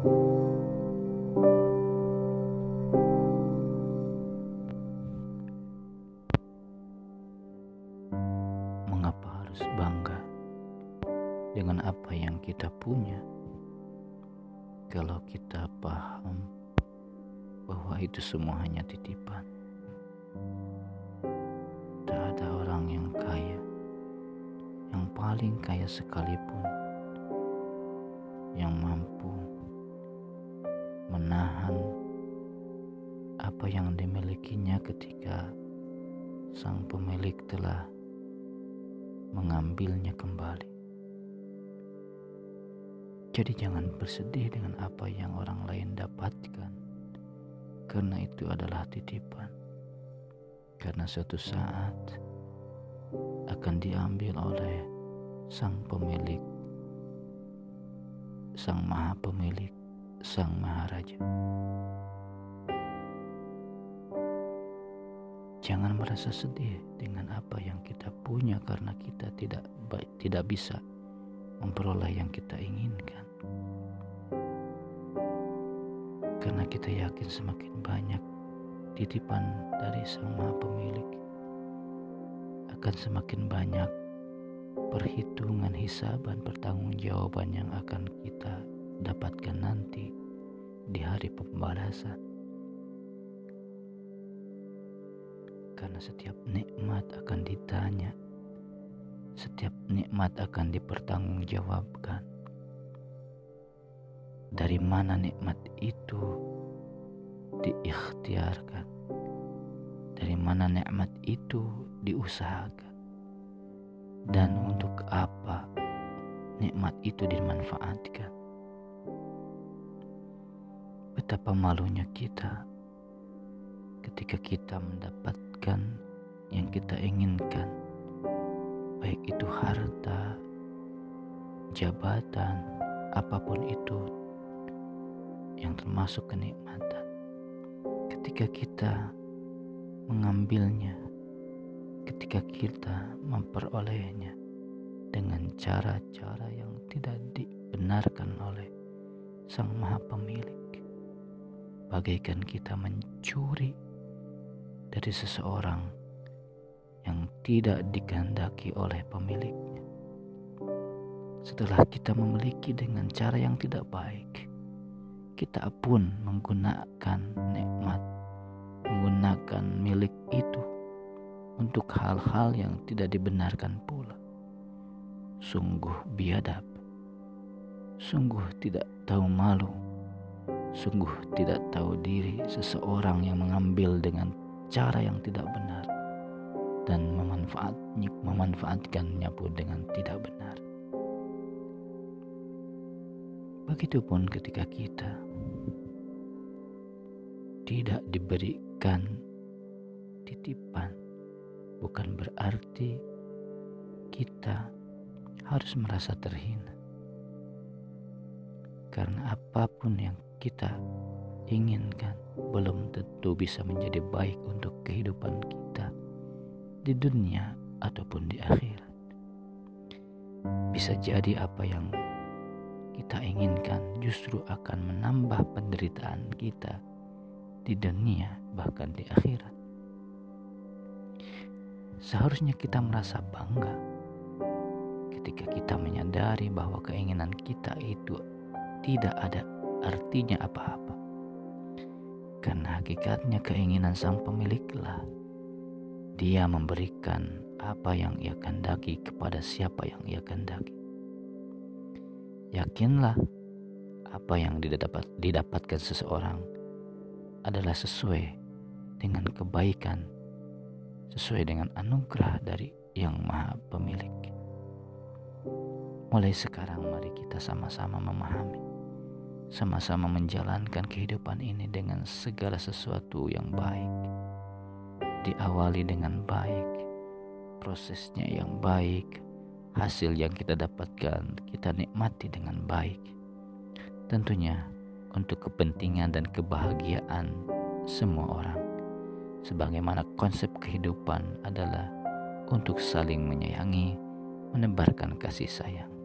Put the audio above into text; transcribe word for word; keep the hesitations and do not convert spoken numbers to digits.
Mengapa harus bangga dengan apa yang kita punya kalau kita paham bahwa itu semua hanya titipan? Tak ada orang yang kaya, yang paling kaya sekalipun, yang mampu menahan apa yang dimilikinya ketika sang pemilik telah mengambilnya kembali. Jadi jangan bersedih dengan apa yang orang lain dapatkan, karena itu adalah titipan. Karena suatu saat akan diambil oleh sang pemilik, sang maha pemilik, sang maharaja. Jangan merasa sedih dengan apa yang kita punya karena kita tidak baik, tidak bisa memperoleh yang kita inginkan. Karena kita yakin semakin banyak titipan dari sang maha pemilik, akan semakin banyak perhitungan, hisaban, pertanggungjawaban yang akan kita dapatkan nanti di hari pembalasan. Karena setiap nikmat akan ditanya, setiap nikmat akan dipertanggungjawabkan. Dari mana nikmat itu diikhtiarkan? Dari mana nikmat itu diusahakan? Dan untuk apa nikmat itu dimanfaatkan? Betapa malunya kita ketika kita mendapatkan yang kita inginkan, baik itu harta, jabatan, apapun itu yang termasuk kenikmatan. Ketika kita mengambilnya, ketika kita memperolehnya dengan cara-cara yang tidak dibenarkan oleh sang maha pemilik, bagaikan kita mencuri dari seseorang yang tidak dikehendaki oleh pemiliknya. Setelah kita memiliki dengan cara yang tidak baik, kita pun menggunakan nikmat, menggunakan milik itu untuk hal-hal yang tidak dibenarkan pula. Sungguh biadab, sungguh tidak tahu malu, sungguh tidak tahu diri seseorang yang mengambil dengan cara yang tidak benar dan memanfaat, memanfaatkannya pun dengan tidak benar. Begitupun ketika kita tidak diberikan titipan, bukan berarti kita harus merasa terhina. Karena apapun yang kita inginkan belum tentu bisa menjadi baik untuk kehidupan kita di dunia ataupun di akhirat. Bisa jadi apa yang kita inginkan justru akan menambah penderitaan kita di dunia bahkan di akhirat. Seharusnya kita merasa bangga ketika kita menyadari bahwa keinginan kita itu tidak ada artinya apa-apa. Karena hakikatnya keinginan sang pemiliklah dia memberikan apa yang ia kehendaki kepada siapa yang ia kehendaki. Yakinlah apa yang didapat, didapatkan seseorang adalah sesuai dengan kebaikan, sesuai dengan anugerah dari yang maha pemilik. Mulai sekarang mari kita sama-sama memahami, sama-sama menjalankan kehidupan ini dengan segala sesuatu yang baik. Diawali dengan baik, prosesnya yang baik, hasil yang kita dapatkan kita nikmati dengan baik. Tentunya untuk kepentingan dan kebahagiaan semua orang. Sebagaimana konsep kehidupan adalah untuk saling menyayangi, menebarkan kasih sayang.